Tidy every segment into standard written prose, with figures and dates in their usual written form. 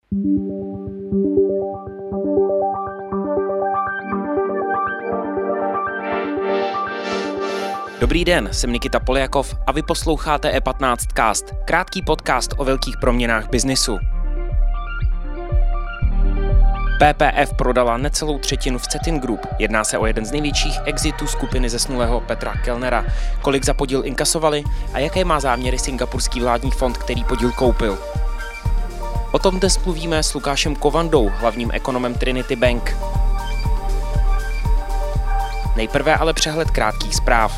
Dobrý den, jsem Nikita Poljakov a vy posloucháte E15 Cast, krátký podcast o velkých proměnách biznisu. PPF prodala necelou třetinu v Cetin Group. Jedná se o jeden z největších exitů skupiny zesnulého Petra Kellnera. Kolik za podíl inkasovali a jaké má záměry singapurský vládní fond, který podíl koupil? O tom dnes mluvíme s Lukášem Kovandou, hlavním ekonomem Trinity Bank. Nejprve ale přehled krátkých zpráv.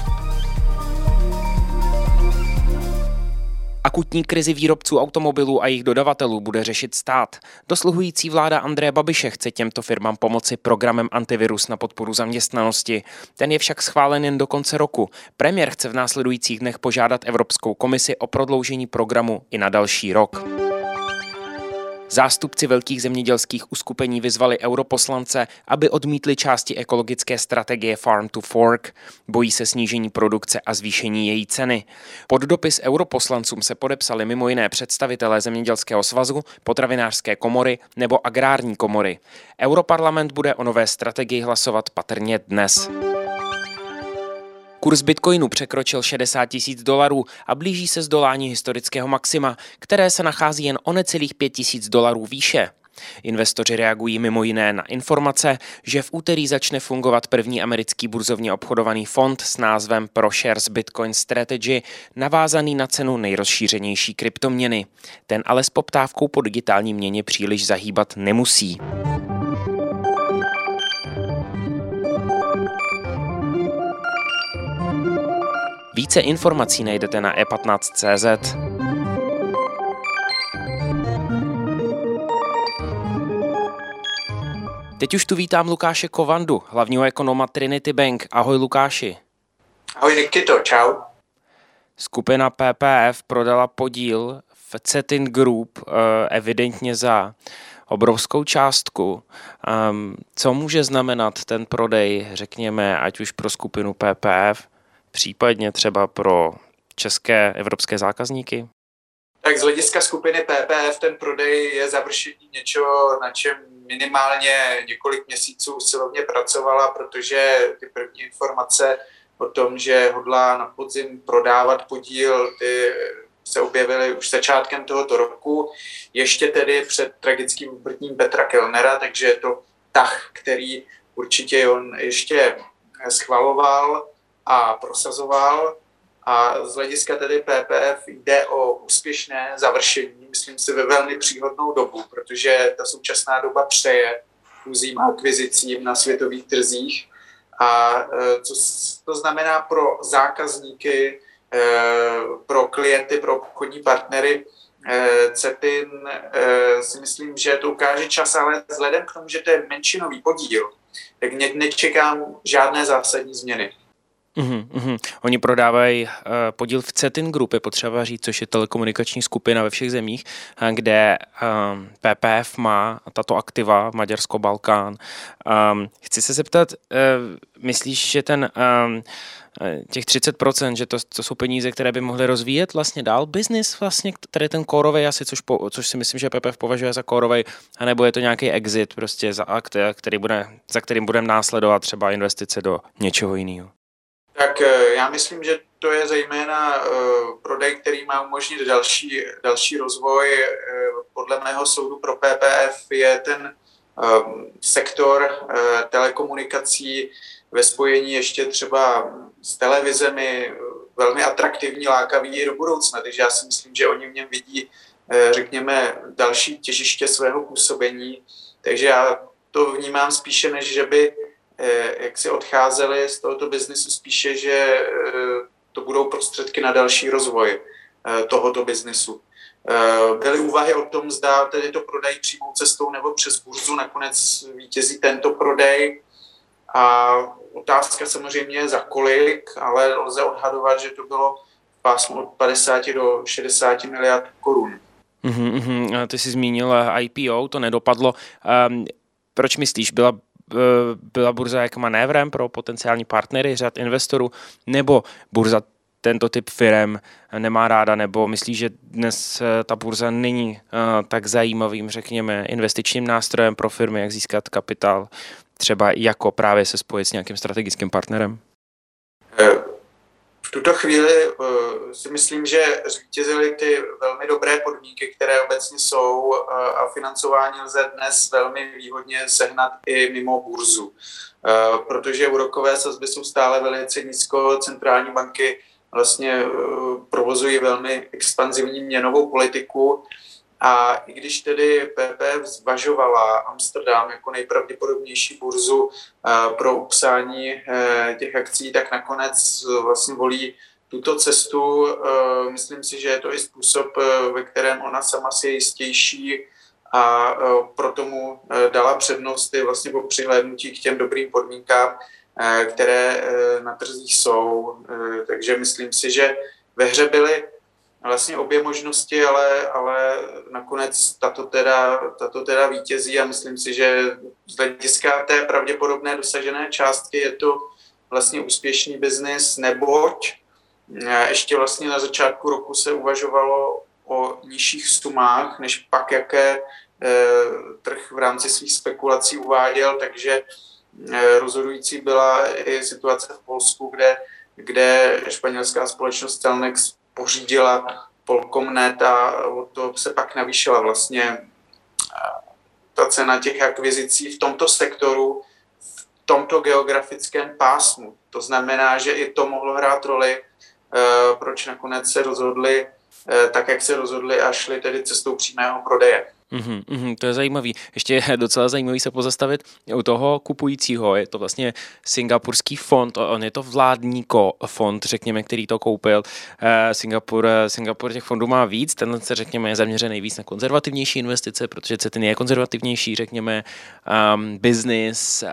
Akutní krizi výrobců automobilů a jejich dodavatelů bude řešit stát. Dosluhující vláda Andreje Babiše chce těmto firmám pomoci programem Antivirus na podporu zaměstnanosti. Ten je však schválen jen do konce roku. Premiér chce v následujících dnech požádat Evropskou komisi o prodloužení programu i na další rok. Zástupci velkých zemědělských uskupení vyzvali europoslance, aby odmítli části ekologické strategie Farm to Fork. Bojí se snížení produkce a zvýšení její ceny. Pod dopis europoslancům se podepsali mimo jiné představitelé Zemědělského svazu, Potravinářské komory nebo Agrární komory. Europarlament bude o nové strategii hlasovat patrně dnes. Kurz Bitcoinu překročil $60,000 a blíží se zdolání historického maxima, které se nachází jen o necelých $5,000 výše. Investoři reagují mimo jiné na informace, že v úterý začne fungovat první americký burzovně obchodovaný fond s názvem ProShares Bitcoin Strategy, navázaný na cenu nejrozšířenější kryptoměny. Ten ale s poptávkou po digitální měně příliš zahýbat nemusí. Více informací najdete na e15.cz. Teď už tu vítám Lukáše Kovandu, hlavního ekonoma Trinity Bank. Ahoj Lukáši. Ahoj Nikito, čau. Skupina PPF prodala podíl v Cetin Group evidentně za obrovskou částku. Co může znamenat ten prodej, řekněme, ať už pro skupinu PPF, případně třeba pro české evropské zákazníky? Tak z hlediska skupiny PPF ten prodej je završení něčeho, na čem minimálně několik měsíců usilovně pracovala, protože ty první informace o tom, že hodlá na podzim prodávat podíl, ty se objevily už začátkem tohoto roku, ještě tedy před tragickým úmrtím Petra Kellnera, takže je to tah, který určitě on ještě schvaloval a prosazoval. A z hlediska tedy PPF jde o úspěšné završení, myslím si, ve velmi příhodnou dobu, protože ta současná doba přeje fúzím a akvizicím na světových trzích. A co to znamená pro zákazníky, pro klienty, pro obchodní partnery Cetin, si myslím, že to ukáže čas, ale vzhledem k tomu, že to je menšinový podíl, tak nečekám žádné zásadní změny. Oni prodávají podíl v Cetin Group, je potřeba říct, což je telekomunikační skupina ve všech zemích, kde PPF má tato aktiva, Maďarsko, Balkán. Chci se zeptat, myslíš, že těch 30%, že to jsou peníze, které by mohly rozvíjet vlastně dál biznis, vlastně, který ten kórovej asi, což si myslím, že PPF považuje za kórovej, anebo je to nějaký exit prostě za kterým budeme následovat třeba investice do něčeho jiného? Tak já myslím, že to je zejména prodej, který má umožnit další rozvoj. Podle mého soudu pro PPF je ten sektor telekomunikací ve spojení ještě třeba s televizemi velmi atraktivní, lákavý i do budoucna. Takže já si myslím, že oni v něm vidí, řekněme, další těžiště svého působení. Takže já to vnímám spíše, než že by jak si odcházeli z tohoto biznisu, spíše, že to budou prostředky na další rozvoj tohoto biznisu. Byly úvahy o tom, zda tedy to prodej přímou cestou nebo přes burzu, nakonec vítězí tento prodej a otázka samozřejmě je za kolik, ale lze odhadovat, že to bylo v pásmu od 50 do 60 miliard korun. Ty jsi zmínil IPO, to nedopadlo. Proč myslíš, byla burza jako manévrem pro potenciální partnery, řad investorů, nebo burza tento typ firem nemá ráda, nebo myslí, že dnes ta burza není tak zajímavým, řekněme, investičním nástrojem pro firmy, jak získat kapitál, třeba jako právě se spojit s nějakým strategickým partnerem? V tuto chvíli si myslím, že zvítězily ty velmi dobré podmínky, které obecně jsou, a financování lze dnes velmi výhodně sehnat i mimo burzu. Protože úrokové sazby jsou stále velice nízko, centrální banky vlastně provozují velmi expanzivní měnovou politiku, a i když tedy PPF zvažovala Amsterdam jako nejpravděpodobnější burzu pro upsání těch akcí, tak nakonec vlastně volí tuto cestu. Myslím si, že je to i způsob, ve kterém ona sama si je jistější, a proto mu dala přednost i vlastně po přihlédnutí k těm dobrým podmínkám, které na trzích jsou. Takže myslím si, že ve hře byly vlastně obě možnosti, ale nakonec tato teda vítězí, a myslím si, že z hlediska té pravděpodobné dosažené částky je to vlastně úspěšný biznis, neboť ještě vlastně na začátku roku se uvažovalo o nižších sumách, než pak jaké trh v rámci svých spekulací uváděl, takže rozhodující byla i situace v Polsku, kde španělská společnost Celnex pořídila Polkomnet a o to se pak navýšila vlastně ta cena těch akvizicí v tomto sektoru, v tomto geografickém pásmu. To znamená, že i to mohlo hrát roli, proč nakonec se rozhodli tak, jak se rozhodli, a šli tedy cestou přímého prodeje. To je zajímavý. Ještě je docela zajímavý se pozastavit u toho kupujícího. Je to vlastně singapurský fond, on je to vládní fond, řekněme, který to koupil. Singapur těch fondů má víc, tenhle se, řekněme, je zaměřený víc na konzervativnější investice, protože Cetin je konzervativnější, řekněme, business.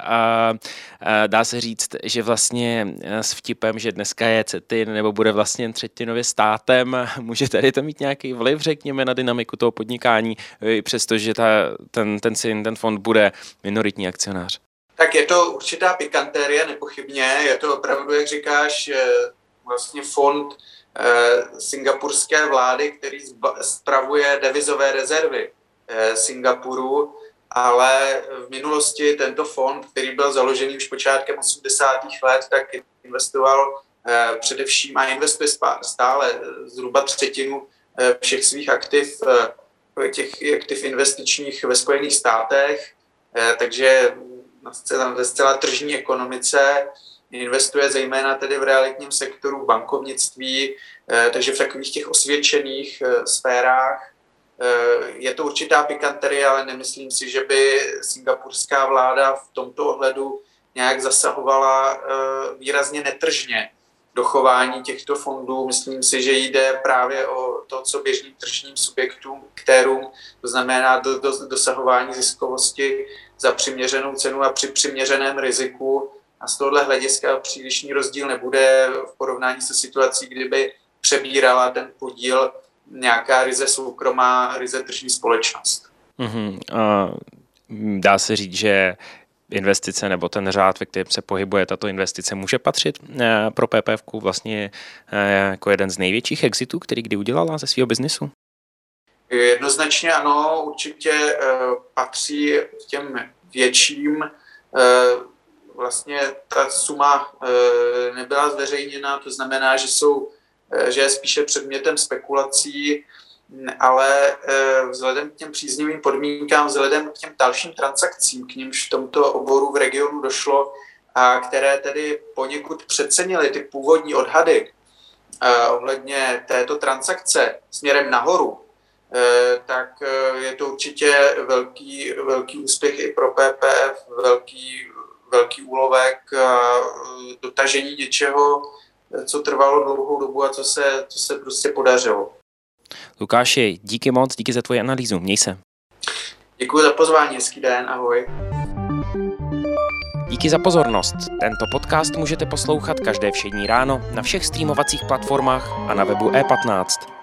Dá se říct, že vlastně s vtipem, že dneska je Cetin nebo bude vlastně třetinově státem, může tady to mít nějaký vliv, řekněme, na dynamiku toho podnikání, přestože ten fond bude minoritní akcionář? Tak je to určitá pikantérie, nepochybně. Je to opravdu, jak říkáš, vlastně fond singapurské vlády, který spravuje devizové rezervy Singapuru, ale v minulosti tento fond, který byl založený už počátkem 80. let, tak investoval především a investuje stále zhruba třetinu všech svých aktiv, těch aktiv investičních ve Spojených státech, takže ve zcela tržní ekonomice investuje zejména tedy v realitním sektoru bankovnictví, takže v takových těch osvědčených sférách. Je to určitá pikanterie, ale nemyslím si, že by singapurská vláda v tomto ohledu nějak zasahovala výrazně netržně do chování těchto fondů. Myslím si, že jde právě o to, co běžným tržním subjektům, kterým to znamená dosahování ziskovosti za přiměřenou cenu a při přiměřeném riziku. A z tohohle hlediska přílišný rozdíl nebude v porovnání se situací, kdyby přebírala ten podíl nějaká ryze soukromá, ryze tržní společnost. Dá se říct, že investice nebo ten řád, ve kterém se pohybuje tato investice, může patřit pro PPFku vlastně jako jeden z největších exitů, který kdy udělala ze svého biznisu? Jednoznačně ano, určitě patří k těm větším. Vlastně ta suma nebyla zveřejněna, to znamená, že je spíše předmětem spekulací, ale vzhledem k těm příznivým podmínkám, vzhledem k těm dalším transakcím, k nimž v tomto oboru v regionu došlo a které tedy poněkud přecenily ty původní odhady ohledně této transakce směrem nahoru, tak je to určitě velký úspěch i pro PPF, velký úlovek a dotažení něčeho, co trvalo dlouhou dobu a co se prostě podařilo. Lukáši, díky moc, díky za tvoji analýzu. Měj se. Děkuji za pozvání, hezký den, ahoj. Díky za pozornost. Tento podcast můžete poslouchat každé všední ráno na všech streamovacích platformách a na webu E15.